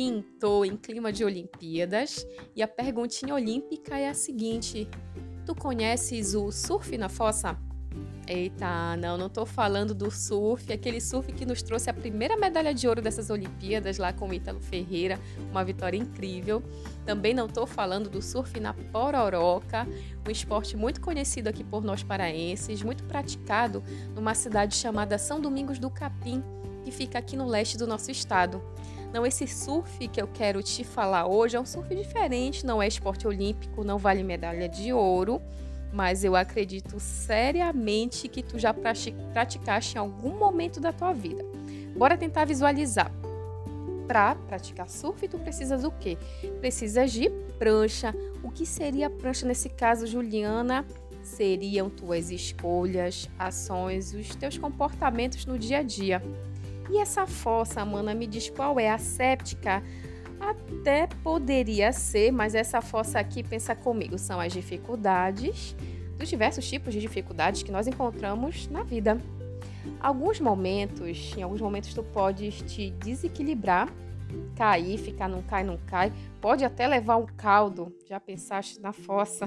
Quintou em clima de Olimpíadas e a perguntinha olímpica é a seguinte: tu conheces o surf na fossa? Eita, não tô falando do surf, aquele surf que nos trouxe a primeira medalha de ouro dessas Olimpíadas lá com o Ítalo Ferreira, uma vitória incrível. Também não tô falando do surf na Pororoca, um esporte muito conhecido aqui por nós paraenses, muito praticado numa cidade chamada São Domingos do Capim, que fica aqui no leste do nosso estado. Não, esse surf que eu quero te falar hoje é um surf diferente, não é esporte olímpico, não vale medalha de ouro, mas eu acredito seriamente que tu já praticaste em algum momento da tua vida. Bora tentar visualizar. Para praticar surf, tu precisas do quê? Precisas de prancha. O que seria a prancha nesse caso, Juliana? Seriam tuas escolhas, ações, os teus comportamentos no dia a dia. E essa fossa, mana, me diz qual é? A séptica? Até poderia ser, mas essa fossa aqui, pensa comigo, são as dificuldades, dos diversos tipos de dificuldades que nós encontramos na vida. Em alguns momentos tu podes te desequilibrar, cair, ficar não cai, pode até levar um caldo, já pensaste na fossa,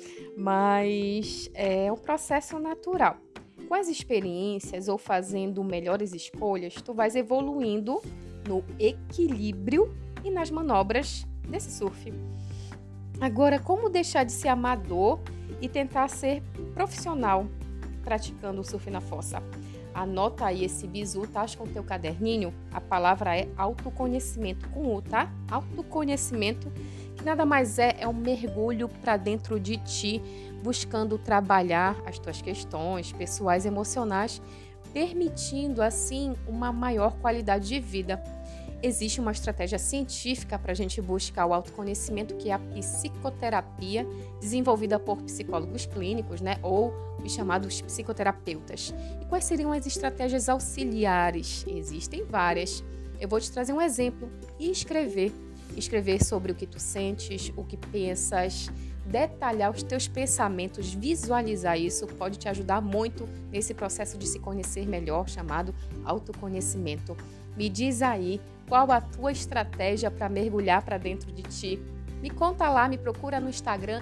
mas é um processo natural. Com as experiências ou fazendo melhores escolhas, tu vais evoluindo no equilíbrio e nas manobras desse surf. Agora, como deixar de ser amador e tentar ser profissional praticando o surf na fossa? Anota aí esse bizu, tá? Com o teu caderninho. A palavra é autoconhecimento, com U, tá? Autoconhecimento, que nada mais é um mergulho para dentro de ti, buscando trabalhar as tuas questões pessoais e emocionais, permitindo assim uma maior qualidade de vida. Existe uma estratégia científica para a gente buscar o autoconhecimento, que é a psicoterapia, desenvolvida por psicólogos clínicos, né, ou os chamados psicoterapeutas. E quais seriam as estratégias auxiliares? Existem várias. Eu vou te trazer um exemplo e escrever sobre o que tu sentes, o que pensas, detalhar os teus pensamentos, visualizar isso pode te ajudar muito nesse processo de se conhecer melhor, chamado autoconhecimento. Me diz aí qual a tua estratégia para mergulhar para dentro de ti. Me conta lá, me procura no Instagram,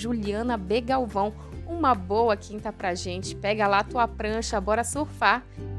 @JulianaBGalvão. Uma boa quinta pra gente. Pega lá a tua prancha, bora surfar!